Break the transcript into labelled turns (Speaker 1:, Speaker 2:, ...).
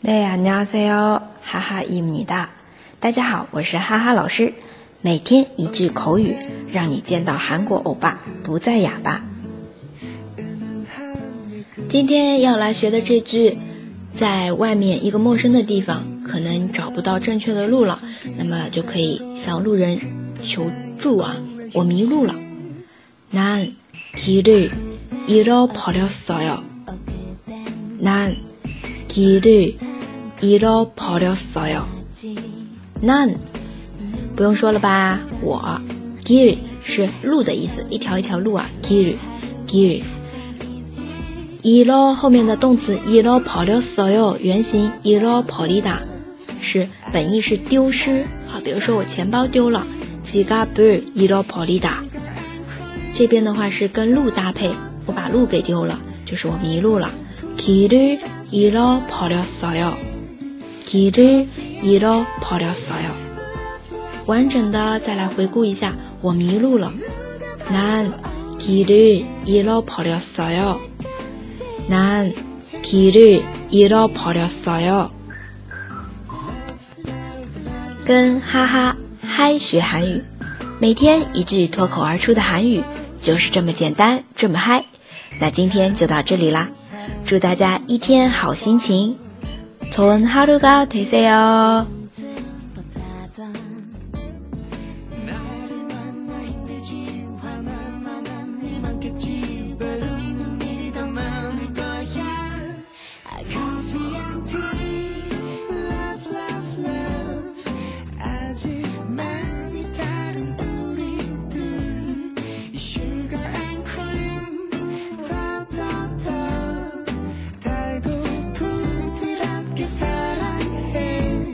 Speaker 1: 네, 안녕하세요. 하하입니다. 大家好，我是哈哈老师。每天一句口语，让你见到韩国欧巴不再哑巴。今天要来学的这句，在外面一个陌生的地方，可能找不到正确的路了，那么就可以向路人求助啊，我迷路了。난 길을 잃어버렸어요. 난 길을 잃어버렸어요. 난不用说了吧，我 길 是路的意思，一条一条路啊 길 잃어 后面的动词 잃어버렸어요 原型 잃어버리다 是本意是丢失啊，比如说我钱包丢了 지갑을 잃어버리다 这边的话是跟路搭配，我把路给丢了，就是我迷路了 길을 잃어버렸어요. 길을 잃어버렸어요. 完整的再来回顾一下，我迷路了。난 길을 잃어버렸어요. 난 길을 잃어버렸어요. 跟哈哈嗨学韩语，每天一句脱口而出的韩语，就是这么简单，这么嗨。那今天就到这里啦，祝大家一天好心情。좋은 하루가 되세요.